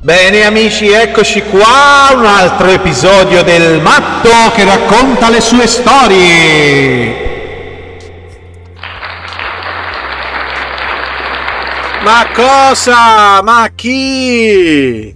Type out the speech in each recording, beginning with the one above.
Bene amici, eccoci qua, un altro episodio del matto che racconta le sue storie. Ma cosa? Ma chi?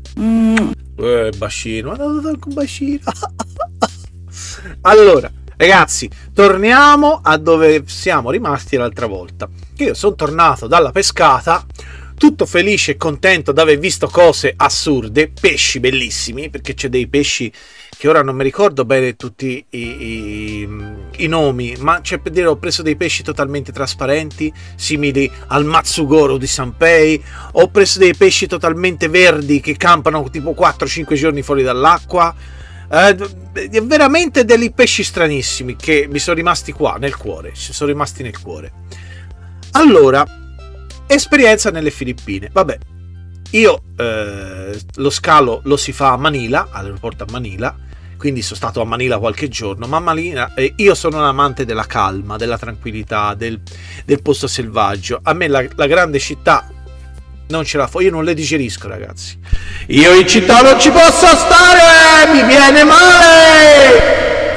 Bacino, bacino. Allora, ragazzi, torniamo a dove siamo rimasti l'altra volta. Io sono tornato dalla pescata, tutto felice e contento di aver visto cose assurde, pesci bellissimi, perché c'è dei pesci che ora non mi ricordo bene tutti i nomi, ma c'è per dire, ho preso dei pesci totalmente trasparenti, simili al Matsugoro di Sanpei, ho preso dei pesci totalmente verdi che campano tipo 4-5 giorni fuori dall'acqua, veramente dei pesci stranissimi che mi sono rimasti qua nel cuore, ci sono rimasti nel cuore. Allora, esperienza nelle Filippine. Vabbè, io lo scalo lo si fa a Manila, all'aeroporto a Manila, quindi sono stato a Manila qualche giorno, ma a Manila, io sono un amante della calma, della tranquillità, del posto selvaggio. A me la grande città non ce la fa, io non le digerisco, ragazzi. Io in città non ci posso stare, mi viene male.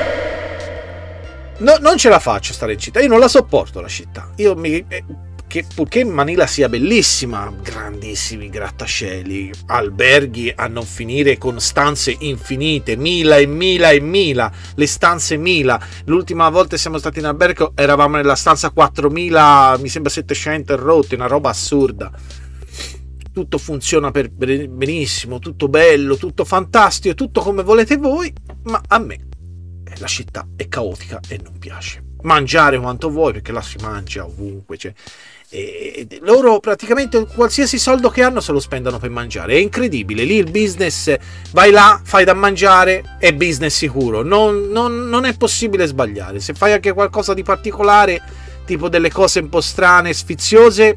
No, non ce la faccio stare in città, io non la sopporto la città. Che purché Manila sia bellissima, grandissimi grattacieli, alberghi a non finire con stanze infinite, mila e mila e mila, le stanze mila. L'ultima volta siamo stati in albergo eravamo nella stanza 4000, mi sembra 700 rotte, una roba assurda. Tutto funziona benissimo, tutto bello, tutto fantastico, tutto come volete voi, ma a me la città è caotica e non piace. Mangiare quanto vuoi, perché là si mangia ovunque, cioè, e loro praticamente qualsiasi soldo che hanno se lo spendono per mangiare. È incredibile, lì il business, vai là, fai da mangiare, è business sicuro, non è possibile sbagliare. Se fai anche qualcosa di particolare, tipo delle cose un po' strane, sfiziose,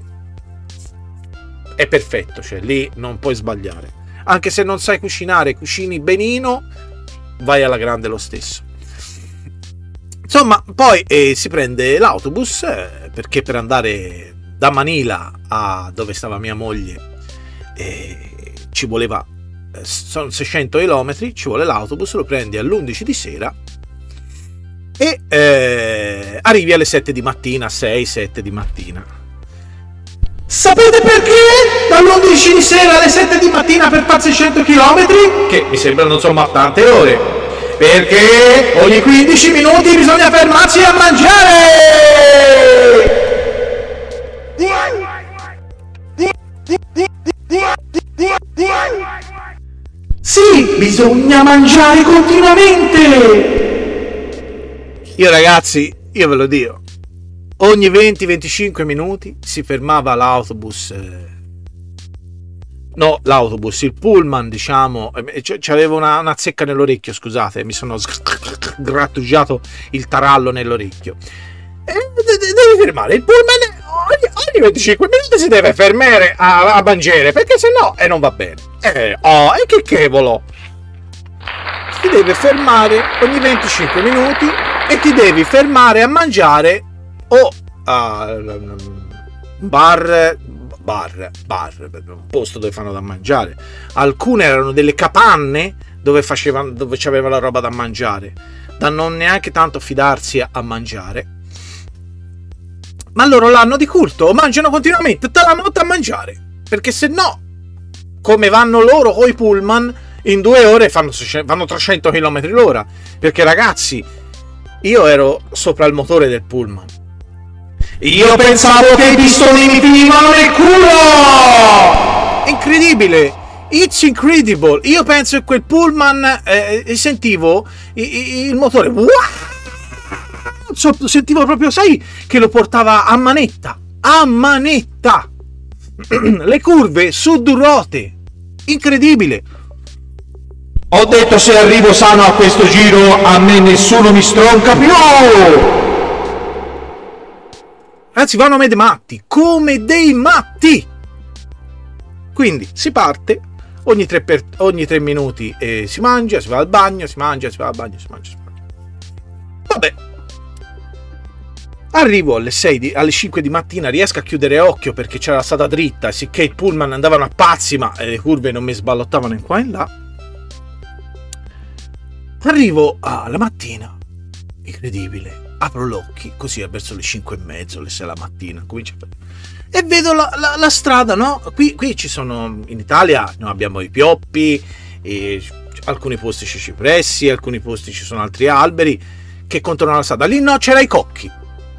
è perfetto, cioè lì non puoi sbagliare. Anche se non sai cucinare, cucini benino, vai alla grande lo stesso. Insomma, poi si prende l'autobus, perché per andare da Manila a dove stava mia moglie ci voleva, sono 600 km, ci vuole l'autobus, lo prendi all'11 di sera e arrivi alle 7 di mattina, 6-7 di mattina. Sapete perché? Dall'11 di sera alle 7 di mattina per fare 600 km? Che mi sembrano insomma tante ore. Perché ogni 15 minuti bisogna fermarsi a mangiare! Sì, bisogna mangiare continuamente! Io ragazzi, io ve lo dico, ogni 20-25 minuti si fermava l'autobus, no, l'autobus, il pullman, diciamo, c'avevo una zecca nell'orecchio, scusate, mi sono grattugiato il tarallo nell'orecchio. Devi fermare il pullman, ogni 25 minuti si deve fermare a mangiare, perché se no non va bene. E che cavolo! Ti deve fermare ogni 25 minuti e ti devi fermare a mangiare o bar, un posto dove fanno da mangiare. Alcune erano delle capanne dove c'aveva la roba da mangiare, da non neanche tanto fidarsi a mangiare. Ma loro l'hanno di culto, mangiano continuamente tutta la notte a mangiare, perché se no, come vanno loro coi pullman, in 2 ore fanno 300 km l'ora. Perché ragazzi, io ero sopra il motore del pullman. Io pensavo che i pistoni mi finivano nel culo! Incredibile! It's incredible! Io penso che quel pullman sentivo il motore. Sentivo proprio, sai, che lo portava a manetta. A manetta! Le curve su 2 ruote. Incredibile! Ho detto, se arrivo sano a questo giro, a me nessuno mi stronca più! Ragazzi, vanno come dei matti. Quindi si parte, ogni 3 minuti si mangia, si va al bagno, si mangia, si va al bagno, si mangia. Vabbè. Arrivo alle 5 di mattina, riesco a chiudere occhio perché c'era la strada dritta, sicché i pullman andavano a pazzi, ma le curve non mi sballottavano in qua e in là. Arrivo alla mattina, incredibile, apro gli occhi, così è verso le 5:30, le 6 la mattina, e vedo la strada, no? Qui ci sono, in Italia noi abbiamo i pioppi, e alcuni posti c'è cipressi, alcuni posti ci sono altri alberi che contornano la strada. Lì no, c'era i cocchi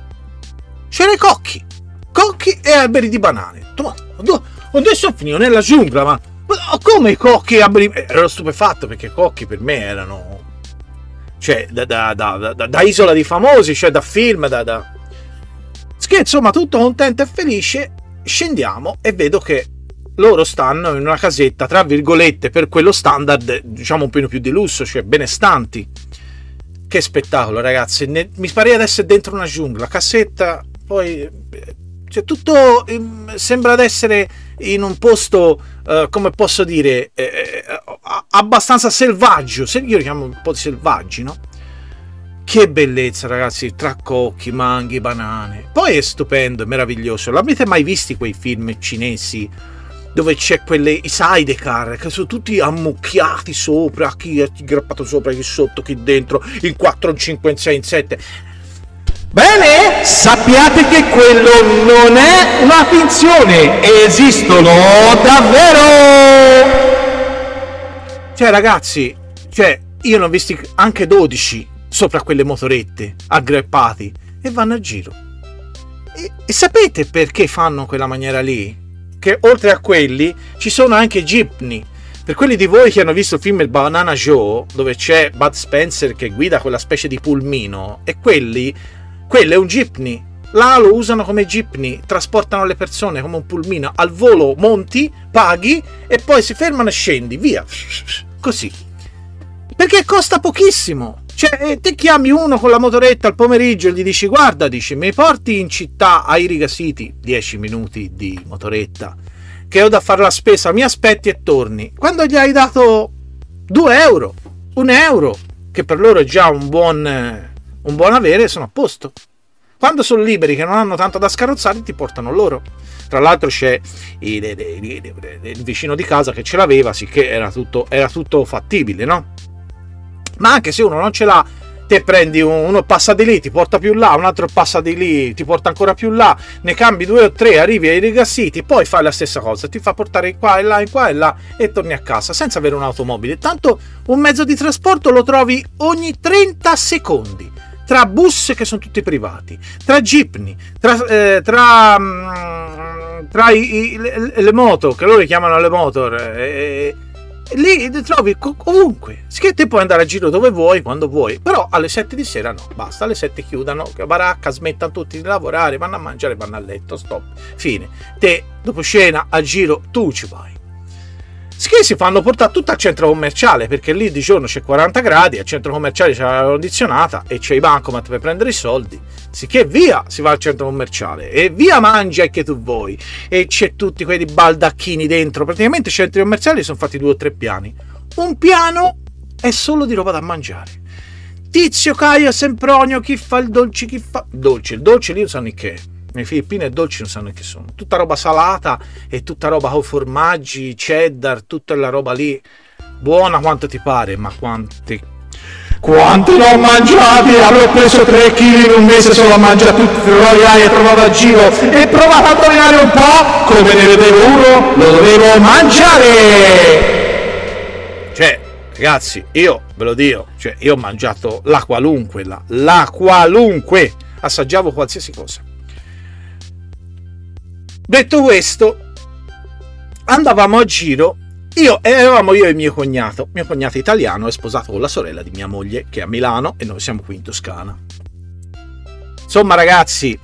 e alberi di banane. Ma adesso finito nella giungla, ma come i cocchi e alberi? Ero stupefatto perché i cocchi per me erano, cioè, da Isola di Famosi, cioè da film, scherzo, ma tutto contento e felice. Scendiamo e vedo che loro stanno in una casetta, tra virgolette, per quello standard, diciamo un po' più di lusso, cioè benestanti. Che spettacolo, ragazzi, mi pareva di essere dentro una giungla, cassetta, poi cioè, tutto sembra di essere in un posto, come posso dire, abbastanza selvaggio, io li chiamo un po' di selvaggi, no? Che bellezza, ragazzi, tra cocchi, manghi, banane. Poi è stupendo, è meraviglioso. L'avete mai visti quei film cinesi dove c'è i sidecar che sono tutti ammucchiati sopra, chi è grappato sopra, chi sotto, chi dentro, in 4, in 5, in 6, in 7? Bene, sappiate che quello non è una finzione, esistono davvero. Cioè, ragazzi, io ne ho visti anche 12 sopra quelle motorette aggreppati e vanno a giro. E sapete perché fanno quella maniera lì? Che oltre a quelli ci sono anche jeepney. Per quelli di voi che hanno visto il film Il Banana Joe, dove c'è Bud Spencer che guida quella specie di pulmino, e quello è un jeepney. Là lo usano come jeepney, trasportano le persone come un pulmino, al volo monti, paghi e poi si fermano e scendi, via, così, perché costa pochissimo. Cioè, te chiami uno con la motoretta al pomeriggio e gli dici: guarda, mi porti in città a Iriga City, 10 minuti di motoretta, che ho da fare la spesa, mi aspetti e torni. Quando gli hai dato 2 euro, 1 euro, che per loro è già un buon avere, sono a posto. Quando sono liberi, che non hanno tanto da scarrozzare, ti portano loro. Tra l'altro c'è il vicino di casa che ce l'aveva, sicché era tutto fattibile, no? Ma anche se uno non ce l'ha, te prendi uno passa di lì, ti porta più là, un altro passa di lì, ti porta ancora più là, ne cambi 2 o 3, arrivi ai Riga City, poi fai la stessa cosa, ti fa portare qua e là e torni a casa senza avere un'automobile. Tanto un mezzo di trasporto lo trovi ogni 30 secondi, tra bus che sono tutti privati, tra jeepney, tra le moto, che loro chiamano le motor, lì ti trovi ovunque. Che te puoi andare a giro dove vuoi, quando vuoi, però alle 7 di sera no, basta, alle 7 chiudano la baracca, smettano tutti di lavorare, vanno a mangiare, vanno a letto, stop, fine. Te dopo cena a giro tu ci vai. Che si fanno portare tutto al centro commerciale, perché lì di giorno c'è 40 gradi, al centro commerciale c'è l'aria condizionata e c'è i bancomat per prendere i soldi. Sicché via si va al centro commerciale e via mangia che tu vuoi, e c'è tutti quei baldacchini dentro. Praticamente i centri commerciali sono fatti 2 o 3 piani. Un piano è solo di roba da mangiare. Tizio, Caio, Sempronio, chi fa il dolce, chi fa il dolce lì non sanno che è. Nei Filippine e dolci non sanno che sono, tutta roba salata e tutta roba con formaggi, cheddar, tutta la roba lì buona quanto ti pare, ma quanti ne ho mangiati? Avrò preso 3 kg in un mese solo a mangiare tutti i royali e trovavo a giro, e provate a indovinare un po' come ne vedevo uno, lo dovevo mangiare. Cioè, ragazzi, io ve lo dico, cioè io ho mangiato la qualunque, assaggiavo qualsiasi cosa. Detto questo, andavamo a giro, eravamo io e mio cognato italiano è sposato con la sorella di mia moglie che è a Milano e noi siamo qui in Toscana. Insomma, ragazzi,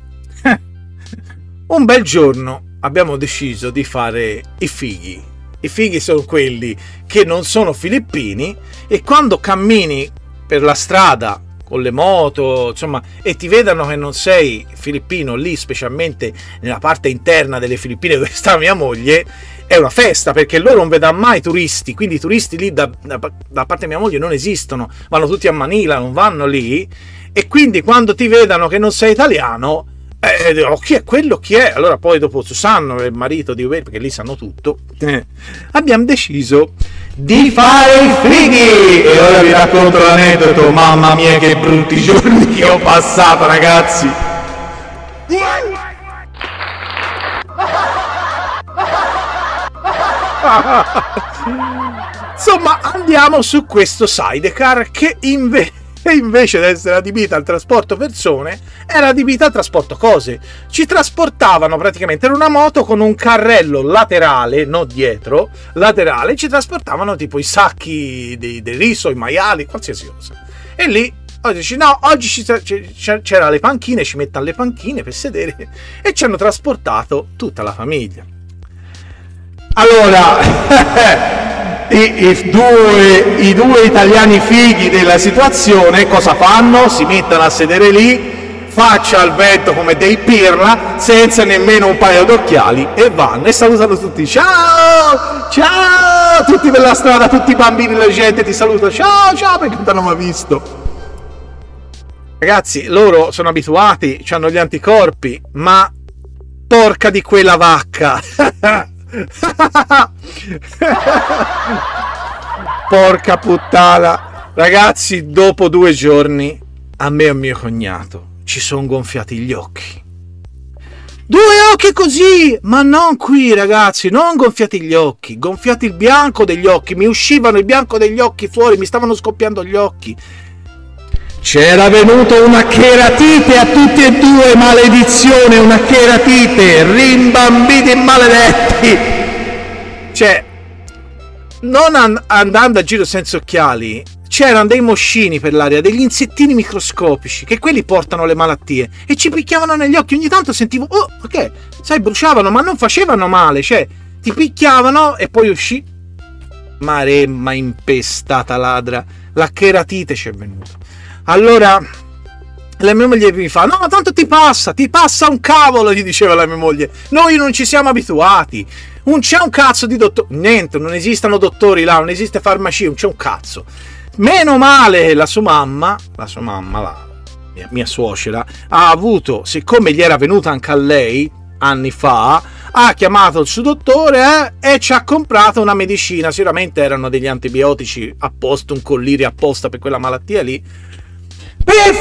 un bel giorno abbiamo deciso di fare i fighi. I fighi sono quelli che non sono filippini, e quando cammini per la strada con le moto, insomma, e ti vedano che non sei filippino lì, specialmente nella parte interna delle Filippine dove sta mia moglie, è una festa, perché loro non vedono mai turisti, quindi i turisti lì da parte di mia moglie non esistono, vanno tutti a Manila, non vanno lì, e quindi quando ti vedano che non sei italiano, chi è quello, chi è? Allora poi dopo Susanno, il marito di Uber, perché lì sanno tutto, abbiamo deciso di fare i fighi. E ora vi racconto l'aneddoto. Mamma mia, che brutti giorni che ho passato, ragazzi. Insomma, andiamo su questo sidecar che invece di essere adibita al trasporto persone, era adibita al trasporto cose. Ci trasportavano praticamente, era una moto con un carrello laterale, non dietro, laterale, ci trasportavano tipo i sacchi di riso, i maiali, qualsiasi cosa. E lì oggi no, oggi c'era le panchine, ci mettono le panchine per sedere, e ci hanno trasportato tutta la famiglia. Allora i due italiani fighi della situazione cosa fanno? Si mettono a sedere lì, faccia al vento come dei pirla, senza nemmeno un paio d'occhiali, e vanno e salutano tutti. Ciao, ciao, tutti per la strada, tutti i bambini, la gente ti saluta, ciao, ciao, perché non hanno mai visto. Ragazzi, loro sono abituati, hanno gli anticorpi, ma porca di quella vacca. Porca puttana, ragazzi, dopo 2 giorni a me e a mio cognato ci sono gonfiati gli occhi. 2 occhi così, ma non qui, ragazzi, non gonfiati gli occhi, gonfiati il bianco degli occhi. Mi uscivano il bianco degli occhi fuori, mi stavano scoppiando gli occhi. C'era venuto una cheratite a tutti e 2, maledizione, una cheratite, rimbambiti e maledetti. Cioè, non andando a giro senza occhiali, c'erano dei moscini per l'aria, degli insettini microscopici, che quelli portano le malattie, e ci picchiavano negli occhi. Ogni tanto sentivo, oh, ok, sai, bruciavano, ma non facevano male, cioè, ti picchiavano e poi uscì. Maremma impestata ladra, la cheratite ci è venuta. Allora la mia moglie mi fa, no, ma tanto ti passa un cavolo, gli diceva la mia moglie, noi non ci siamo abituati, non c'è un cazzo di dottore, niente, non esistono dottori là, non esiste farmacia, non c'è un cazzo. Meno male la sua mamma, la mia suocera, ha avuto, siccome gli era venuta anche a lei anni fa, ha chiamato il suo dottore e ci ha comprato una medicina. Sicuramente erano degli antibiotici apposta, un collirio apposta per quella malattia lì. Per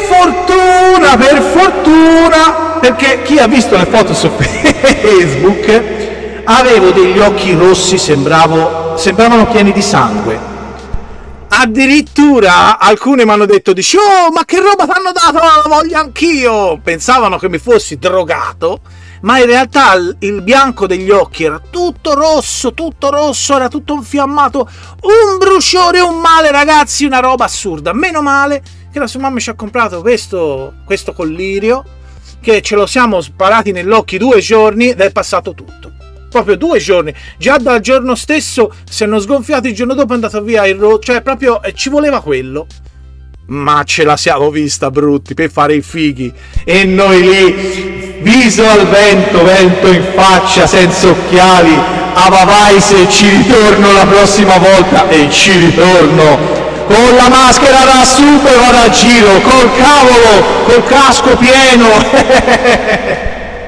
fortuna, perché chi ha visto le foto su Facebook, avevo degli occhi rossi, sembravano pieni di sangue. Addirittura alcune mi hanno detto, dici, oh, ma che roba ti hanno dato, la voglio anch'io. Pensavano che mi fossi drogato, ma in realtà il bianco degli occhi era tutto rosso, era tutto infiammato, un bruciore, un male, ragazzi, una roba assurda. Meno male che la sua mamma ci ha comprato questo collirio, che ce lo siamo sparati nell'occhio 2 giorni ed è passato tutto. Proprio 2 giorni, già dal giorno stesso si hanno sgonfiati, il giorno dopo è andato via il cioè proprio ci voleva quello. Ma ce la siamo vista brutti per fare i fighi, e noi lì, viso al vento in faccia, senza occhiali, vai se ci ritorno la prossima volta, e ci ritorno con la maschera da super, vado a giro col cavolo, col casco pieno.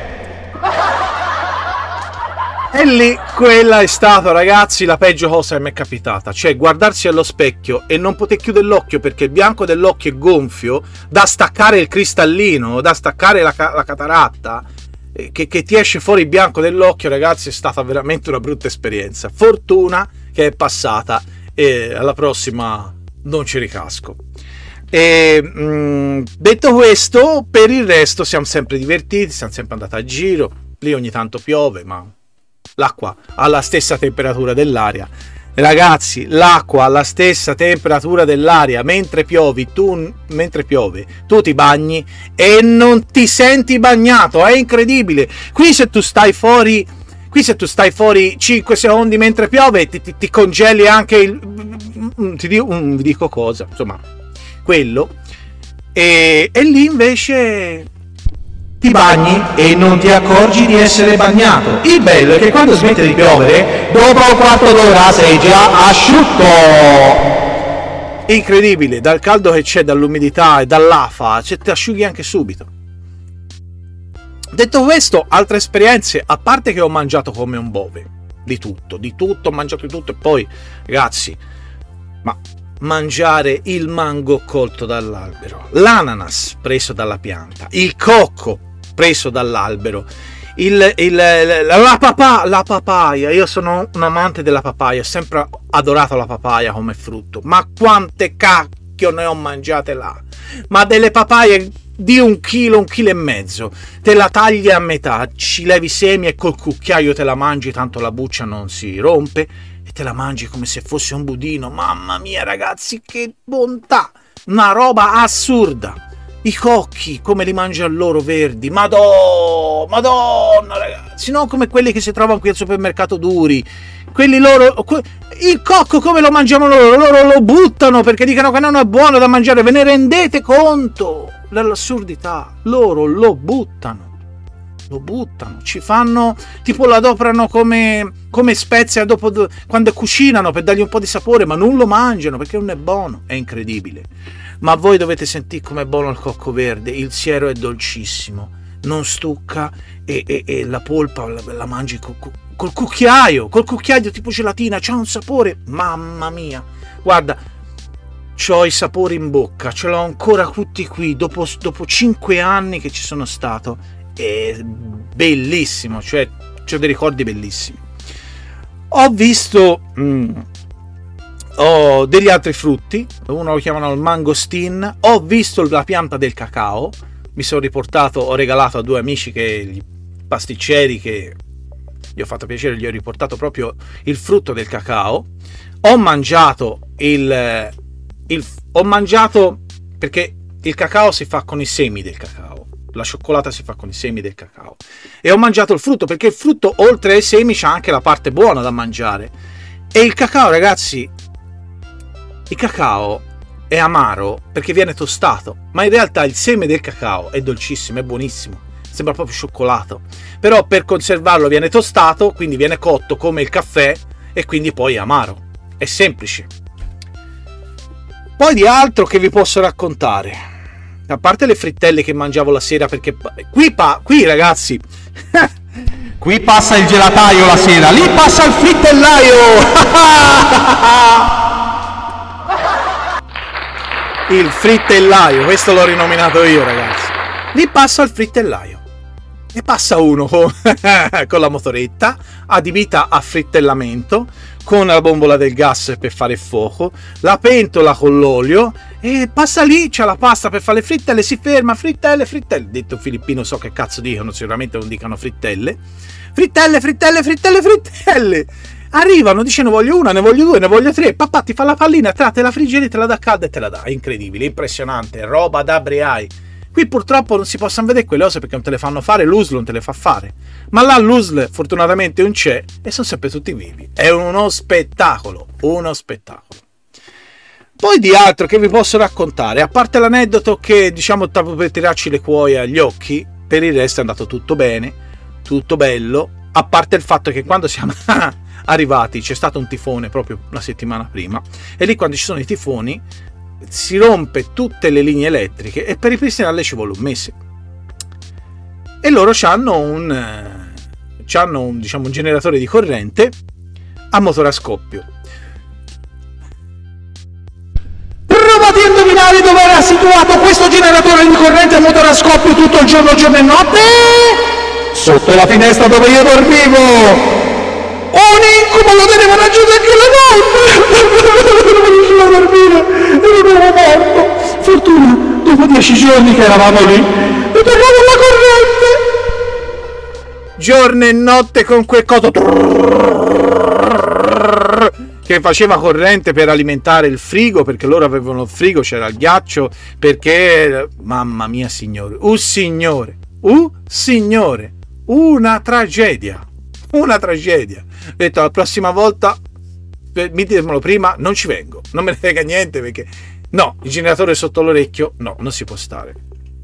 E lì quella è stata, ragazzi, la peggio cosa che mi è capitata, cioè guardarsi allo specchio e non poter chiudere l'occhio perché il bianco dell'occhio è gonfio, da staccare il cristallino, da staccare la cataratta, che ti esce fuori il bianco dell'occhio, ragazzi, è stata veramente una brutta esperienza. Fortuna che è passata, e alla prossima non ci ricasco. E detto questo, per il resto siamo sempre divertiti, siamo sempre andati a giro. Lì ogni tanto piove, ma l'acqua ha la stessa temperatura dell'aria. Ragazzi, l'acqua ha la stessa temperatura dell'aria. Mentre piove tu ti bagni e non ti senti bagnato, è incredibile. Qui se tu stai fuori 5 secondi mentre piove ti congeli anche vi dico cosa, insomma, quello. E lì invece ti bagni e non ti accorgi di essere bagnato. Il bello è che quando smette di piovere, dopo un quarto d'ora sei già asciutto. incredibile, dal caldo che c'è, dall'umidità e dall'afa, ti asciughi anche subito. Detto questo, altre esperienze, a parte che ho mangiato come un bove, di tutto, ho mangiato di tutto, e poi, ragazzi, ma mangiare il mango colto dall'albero, l'ananas preso dalla pianta, il cocco preso dall'albero, la papaya, io sono un amante della papaya, ho sempre adorato la papaya come frutto, ma quante cacchio ne ho mangiate là, ma delle papaie di 1 chilo e mezzo, te la tagli a metà, ci levi i semi e col cucchiaio te la mangi, tanto la buccia non si rompe, e te la mangi come se fosse un budino. Mamma mia ragazzi, che bontà, una roba assurda. I cocchi, come li mangiano loro verdi, madonna ragazzi, non come quelli che si trovano qui al supermercato duri, quelli loro, il cocco come lo mangiamo loro lo buttano perché dicono che non è buono da mangiare, ve ne rendete conto dell'assurdità? Loro lo buttano, ci fanno, tipo lo adoperano come spezia dopo, quando cucinano, per dargli un po' di sapore, ma non lo mangiano perché non è buono, è incredibile. Ma voi dovete sentire com'è buono il cocco verde, il siero è dolcissimo, non stucca, e la polpa la mangi col cucchiaio tipo gelatina, c'ha un sapore, mamma mia, guarda, c'ho i sapori in bocca, ce l'ho ancora tutti qui, dopo 5 anni che ci sono stato, è bellissimo, cioè c'ho dei ricordi bellissimi. Ho visto degli altri frutti, uno lo chiamano il mangostin, ho visto la pianta del cacao, mi sono riportato, ho regalato a 2 amici gli pasticceri che gli ho fatto piacere, gli ho riportato proprio il frutto del cacao. Ho mangiato perché il cacao si fa con i semi del cacao, la cioccolata si fa con i semi del cacao, e ho mangiato il frutto perché il frutto oltre ai semi c'ha anche la parte buona da mangiare. E il cacao ragazzi, il cacao è amaro perché viene tostato, ma in realtà il seme del cacao è dolcissimo, è buonissimo, sembra proprio cioccolato, però per conservarlo viene tostato, quindi viene cotto come il caffè e quindi poi è amaro, è semplice. Poi di altro che vi posso raccontare, a parte le frittelle che mangiavo la sera, perché qui ragazzi qui passa il gelataio la sera, lì passa il frittellaio. Il frittellaio, questo l'ho rinominato io ragazzi, lì passa il frittellaio e passa uno con la motoretta adibita a frittellamento, con la bombola del gas per fare il fuoco, la pentola con l'olio, e passa lì, c'ha la pasta per fare le frittelle, si ferma, frittelle, detto filippino so che cazzo dicono, sicuramente non dicano frittelle, arrivano, dice ne voglio una, ne voglio 2, ne voglio 3, papà ti fa la pallina, te la friggi, te la dà calda e te la dà, incredibile, impressionante, roba da briai. Qui purtroppo non si possono vedere quelle cose perché non te le fanno fare, l'USL non te le fa fare, ma là l'USL fortunatamente non c'è e sono sempre tutti vivi, è uno spettacolo. Poi di altro che vi posso raccontare, a parte l'aneddoto che diciamo stavo per tirarci le cuoie agli occhi, per il resto è andato tutto bene, tutto bello, a parte il fatto che quando siamo arrivati c'è stato un tifone proprio una settimana prima, e lì quando ci sono i tifoni si rompe tutte le linee elettriche e per ripristinarle ci vuole un mese, e loro c'hanno un generatore di corrente a motore a scoppio. Provate a indovinare dove era situato questo generatore di corrente a motore a scoppio tutto il giorno e notte? Sotto la finestra dove io dormivo. Un incubo lo teneva raggiunto anche la notte. Non riuscivo a dormire e non ero morto. Fortuna, dopo 10 giorni che eravamo lì, è tornata la corrente. Giorno e notte con quel coto che faceva corrente per alimentare il frigo, perché loro avevano il frigo, c'era il ghiaccio, perché mamma mia signore, una tragedia. Ho detto la prossima volta mi ditemelo prima, non ci vengo, non me ne frega niente, perché no, il generatore sotto l'orecchio no, non si può stare.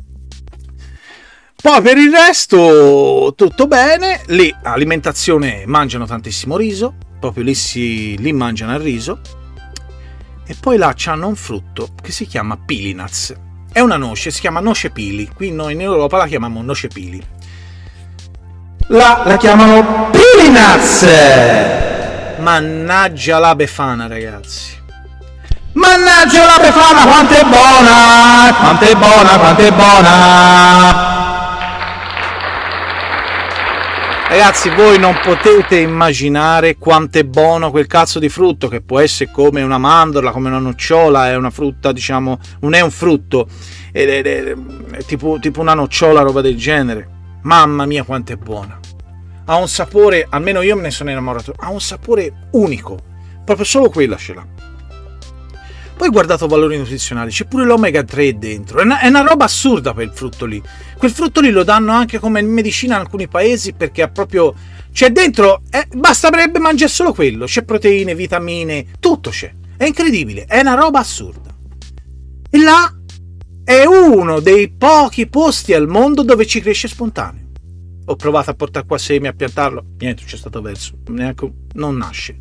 Poi per il resto tutto bene, lì alimentazione, mangiano tantissimo riso, proprio lì mangiano il riso, E poi là c'hanno un frutto che si chiama pili nuts. È una noce, si chiama noce pili. Qui noi in Europa la chiamiamo noce pili. Là la chiamano pili nuts. Mannaggia la Befana, ragazzi. Mannaggia la Befana, quanto è buona! Quanto è buona, quanto è buona! Ragazzi, voi non potete immaginare quanto è buono quel cazzo di frutto, che può essere come una mandorla, come una nocciola, è una frutta, diciamo, non è un frutto, è tipo una nocciola, roba del genere. Mamma mia quanto è buona. Ha un sapore, almeno io me ne sono innamorato, ha un sapore unico, proprio solo quella ce l'ha. Poi guardato valori nutrizionali, c'è pure l'omega 3 dentro, è una roba assurda per il frutto lì. Quel frutto lì lo danno anche come medicina in alcuni paesi perché ha proprio, c'è dentro, basterebbe mangiare solo quello, c'è proteine, vitamine, tutto c'è, è incredibile, è una roba assurda. E là è uno dei pochi posti al mondo dove ci cresce spontaneo. Ho provato a portare qua semi, a piantarlo, niente, c'è stato verso, neanche, non nasce.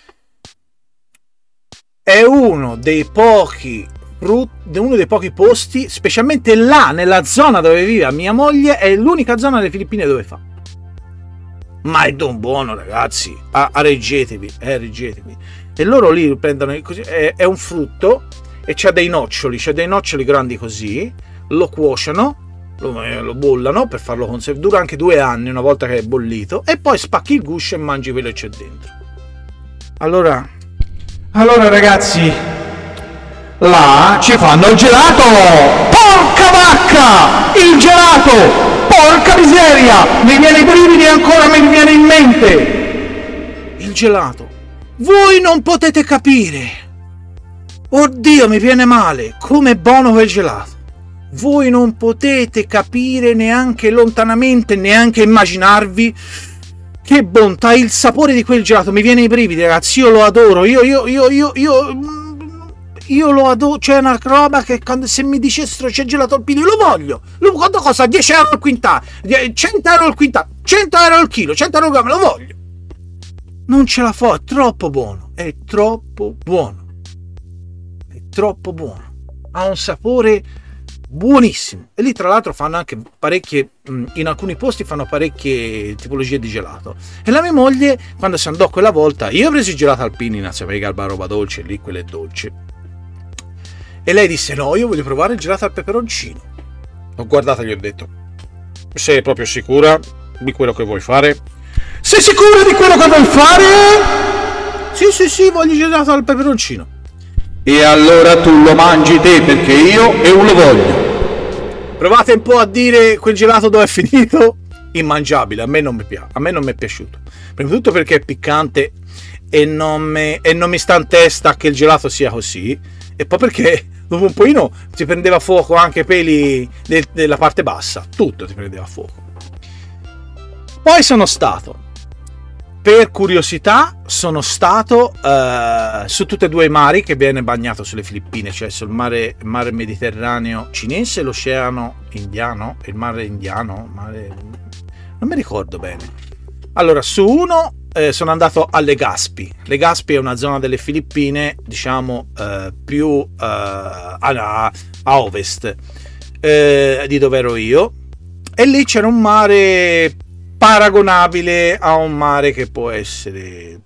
È uno dei pochi posti, specialmente là nella zona dove vive mia moglie, è l'unica zona delle Filippine dove fa. Ma è don buono, ragazzi, reggetevi. E loro lì lo prendono così, è un frutto e c'ha dei noccioli grandi così, lo cuociono, lo bollano per farlo conservare, dura anche 2 anni una volta che è bollito, e poi spacchi il guscio e mangi quello che c'è dentro. Allora ragazzi, là ci fanno il gelato! Porca vacca! Il gelato! Porca miseria! Mi viene i brividi e ancora mi viene in mente! Il gelato! Voi non potete capire! Oddio, mi viene male! Com'è buono quel gelato! Voi non potete capire neanche lontanamente, neanche immaginarvi che bontà, il sapore di quel gelato, mi viene i brividi, ragazzi, io lo adoro, io lo adoro, c'è una roba che se mi dicessero c'è gelato al Pili, lo voglio, quanto costa? 10 euro al quintale, 100 euro al quintale, 100 euro al chilo, 100 euro al grammo, lo voglio, non ce la fa, è troppo buono, ha un sapore buonissimo. E lì tra l'altro fanno anche parecchie, in alcuni posti fanno parecchie tipologie di gelato. E la mia moglie, quando si andò quella volta, io ho preso il gelato al Pininaz perché la roba dolce, lì quella è dolce, e lei disse no, io voglio provare il gelato al peperoncino. L'ho guardata e gli ho detto: sei proprio sicura di quello che vuoi fare? Sei sicura di quello che vuoi fare? Sì, voglio il gelato al peperoncino. E allora tu lo mangi te, perché io lo voglio. Provate un po' a dire quel gelato dove è finito. Immangiabile, a me non mi piace, a me non mi è piaciuto. Prima di tutto perché è piccante e non mi sta in testa che il gelato sia così, e poi perché dopo un pochino ti prendeva fuoco anche i peli della parte bassa, tutto ti prendeva fuoco. Poi sono stato, per curiosità, su tutti e 2 i mari che viene bagnato sulle Filippine, cioè sul mare Mediterraneo cinese e l'Oceano Indiano, il mare Indiano, non mi ricordo bene. Allora, su uno sono andato a Legazpi. Legazpi è una zona delle Filippine, diciamo, più a ovest di dove ero io, e lì c'era un mare paragonabile a un mare che può essere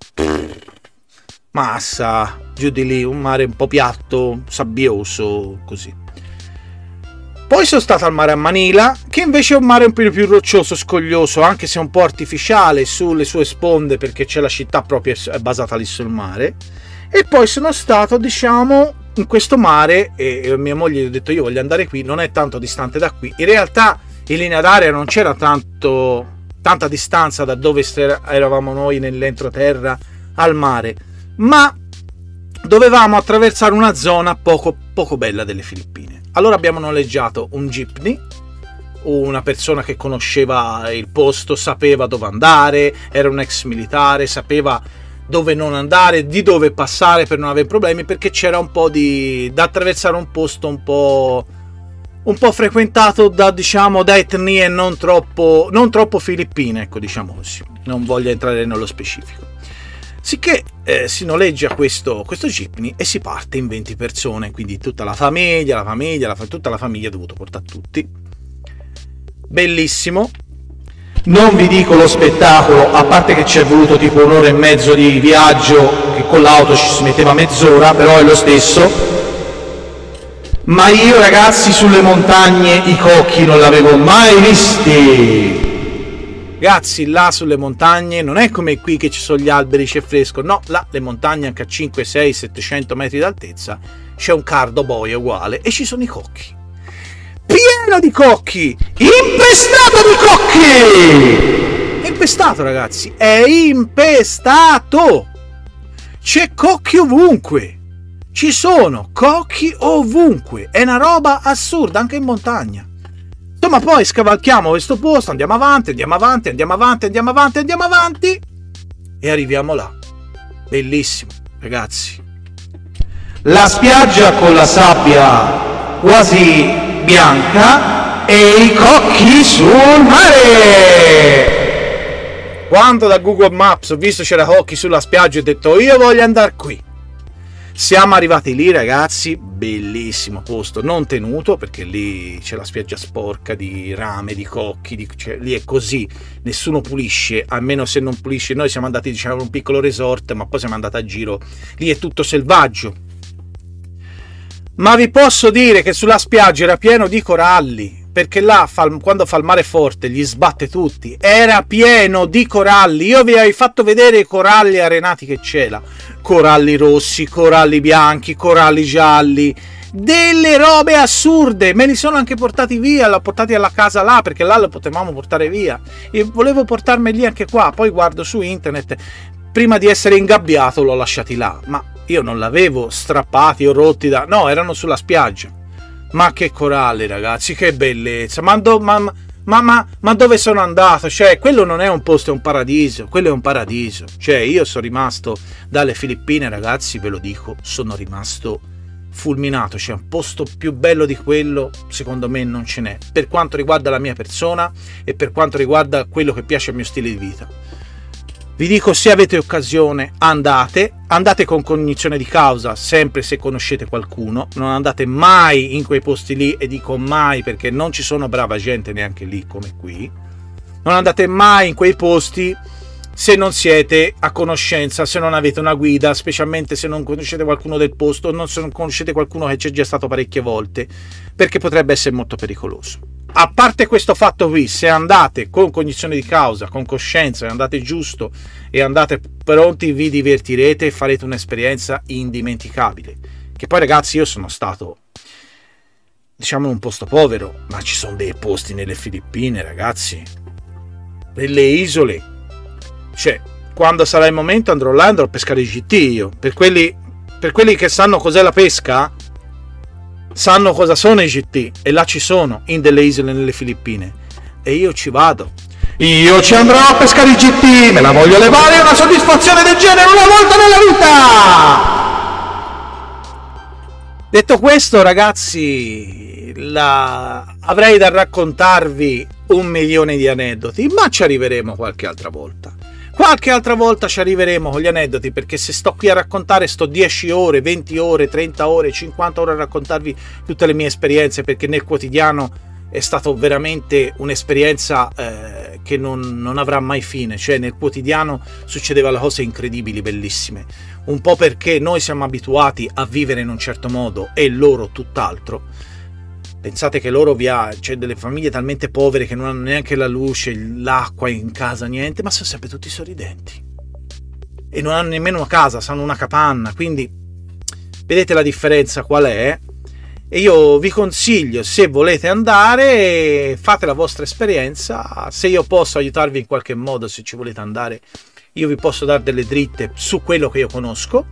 Massa, giù di lì, un mare un po' piatto, sabbioso, così. Poi sono stato al mare a Manila, che invece è un mare un po' più roccioso, scoglioso, anche se un po' artificiale sulle sue sponde, perché c'è la città proprio è basata lì sul mare. E poi sono stato, diciamo, in questo mare, e mia moglie gli ho detto: io voglio andare qui, non è tanto distante da qui. In realtà in linea d'aria non c'era tanta distanza da dove eravamo noi nell'entroterra al mare, ma dovevamo attraversare una zona poco bella delle Filippine. Allora abbiamo noleggiato un jeepney, una persona che conosceva il posto, sapeva dove andare, era un ex militare, sapeva dove non andare, di dove passare per non avere problemi, perché c'era un po' da attraversare un posto un po' frequentato da etnie non troppo filippine, ecco, diciamo così. Non voglio entrare nello specifico. Sicché si noleggia questo jeepney e si parte in 20 persone, quindi tutta la famiglia, tutta la famiglia ha dovuto portare tutti. Bellissimo. Non vi dico lo spettacolo, a parte che ci è voluto tipo 1 ora e mezzo di viaggio, che con l'auto ci si metteva mezz'ora, però è lo stesso. Ma io, ragazzi, sulle montagne i cocchi non l'avevo mai visti. Ragazzi, là sulle montagne non è come qui che ci sono gli alberi, c'è fresco, no, là le montagne anche a 5, 6, 700 metri d'altezza c'è un cardo boia uguale e ci sono i cocchi. Pieno di cocchi! Impestato di cocchi! È impestato, ragazzi, è impestato! C'è cocchi ovunque! Ci sono cocchi ovunque! È una roba assurda, anche in montagna. Insomma, poi scavalchiamo questo posto, andiamo avanti e arriviamo là. Bellissimo, ragazzi. La spiaggia con la sabbia quasi bianca e i cocchi sul mare. Quando da Google Maps ho visto c'era cocchi sulla spiaggia, ho detto io voglio andare qui. Siamo arrivati lì, ragazzi, bellissimo posto, non tenuto perché lì c'è la spiaggia sporca di rame, di cocchi, cioè, lì è così, nessuno pulisce, almeno se non pulisce. Noi siamo andati, diciamo, a un piccolo resort, ma poi siamo andati a giro, lì è tutto selvaggio. Ma vi posso dire che sulla spiaggia era pieno di coralli, perché là quando fa il mare forte gli sbatte tutti, era pieno di coralli. Io vi avevo fatto vedere i coralli arenati che c'era, coralli rossi, coralli bianchi, coralli gialli, delle robe assurde. Me li sono anche portati via, l'ho portati alla casa là, perché là lo potevamo portare via e volevo portarmeli anche qua. Poi guardo su internet, prima di essere ingabbiato l'ho lasciati là, ma io non l'avevo strappati o rotti no, erano sulla spiaggia. Ma che coralli, ragazzi, che bellezza! Ma dove sono andato? Cioè, quello non è un posto, è un paradiso. Quello è un paradiso. Cioè, io sono rimasto dalle Filippine, ragazzi, ve lo dico, sono rimasto fulminato. C'è un posto più bello di quello, secondo me, non ce n'è. Per quanto riguarda la mia persona e per quanto riguarda quello che piace al mio stile di vita. Vi dico, se avete occasione, andate con cognizione di causa, sempre se conoscete qualcuno, non andate mai in quei posti lì, e dico mai perché non ci sono brava gente neanche lì come qui, non andate mai in quei posti se non siete a conoscenza, se non avete una guida, specialmente se non conoscete qualcuno del posto, non se non conoscete qualcuno che c'è già stato parecchie volte, perché potrebbe essere molto pericoloso. A parte questo fatto qui, se andate con cognizione di causa, con coscienza, e andate giusto e andate pronti, vi divertirete e farete un'esperienza indimenticabile. Che poi, ragazzi, io sono stato, diciamo, in un posto povero, ma ci sono dei posti nelle Filippine, ragazzi, delle isole. Cioè, quando sarà il momento andrò a pescare i GT io. Per quelli che sanno cos'è la pesca, sanno cosa sono i GT, e là ci sono in delle isole nelle Filippine e io ci vado. Io ci andrò a pescare i GT, me la voglio levare, una soddisfazione del genere una volta nella vita. Detto questo, ragazzi, avrei da raccontarvi 1.000.000 di aneddoti, ma ci arriveremo qualche altra volta. Qualche altra volta ci arriveremo con gli aneddoti, perché se sto qui a raccontare sto 10 ore, 20 ore, 30 ore, 50 ore a raccontarvi tutte le mie esperienze, perché nel quotidiano è stata veramente un'esperienza che non avrà mai fine. Cioè, nel quotidiano succedevano cose incredibili, bellissime, un po' perché noi siamo abituati a vivere in un certo modo e loro tutt'altro. Pensate che loro c'è delle famiglie talmente povere che non hanno neanche la luce, l'acqua in casa, niente, ma sono sempre tutti sorridenti. E non hanno nemmeno una casa, hanno una capanna, quindi vedete la differenza qual è? E io vi consiglio, se volete andare, fate la vostra esperienza. Se io posso aiutarvi in qualche modo, se ci volete andare, io vi posso dare delle dritte su quello che io conosco.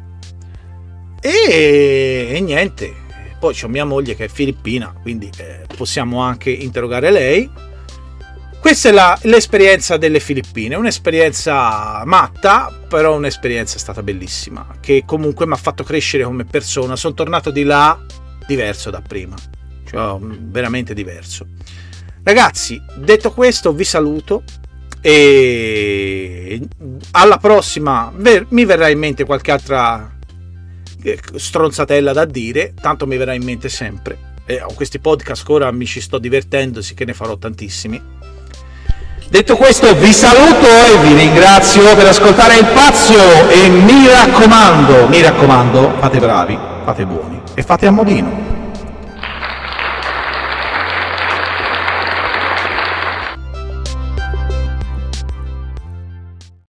E niente. Poi c'ho mia moglie che è filippina, quindi possiamo anche interrogare lei. Questa è l'esperienza delle Filippine, un'esperienza matta, però un'esperienza stata bellissima, che comunque mi ha fatto crescere come persona. Sono tornato di là diverso da prima, cioè veramente diverso. Ragazzi, detto questo, vi saluto, E alla prossima mi verrà in mente qualche altra stronzatella da dire, tanto mi verrà in mente sempre. Ho questi podcast che ora mi ci sto divertendo, sì che ne farò tantissimi. Detto questo vi saluto e vi ringrazio per ascoltare il Pazio e mi raccomando, fate bravi, fate buoni e fate a modino.